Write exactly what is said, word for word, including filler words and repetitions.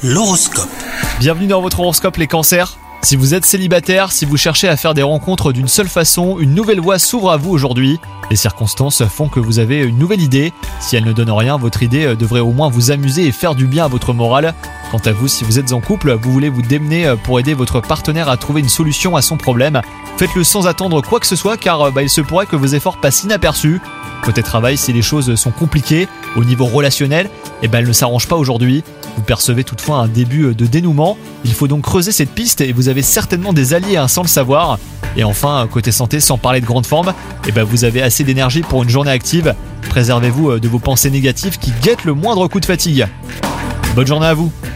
L'horoscope. Bienvenue dans votre horoscope les cancers. Si vous êtes célibataire, si vous cherchez à faire des rencontres d'une seule façon, une nouvelle voie s'ouvre à vous aujourd'hui. Les circonstances font que vous avez une nouvelle idée. Si elle ne donne rien, votre idée devrait au moins vous amuser et faire du bien à votre morale. Quant à vous, si vous êtes en couple, vous voulez vous démener pour aider votre partenaire à trouver une solution à son problème. Faites-le sans attendre quoi que ce soit car bah, il se pourrait que vos efforts passent inaperçus. Côté travail, si les choses sont compliquées, au niveau relationnel, eh ben, elles ne s'arrangent pas aujourd'hui. Vous percevez toutefois un début de dénouement. Il faut donc creuser cette piste et vous avez certainement des alliés hein, sans le savoir. Et enfin, côté santé, sans parler de grande forme, eh ben, vous avez assez d'énergie pour une journée active. Préservez-vous de vos pensées négatives qui guettent le moindre coup de fatigue. Bonne journée à vous!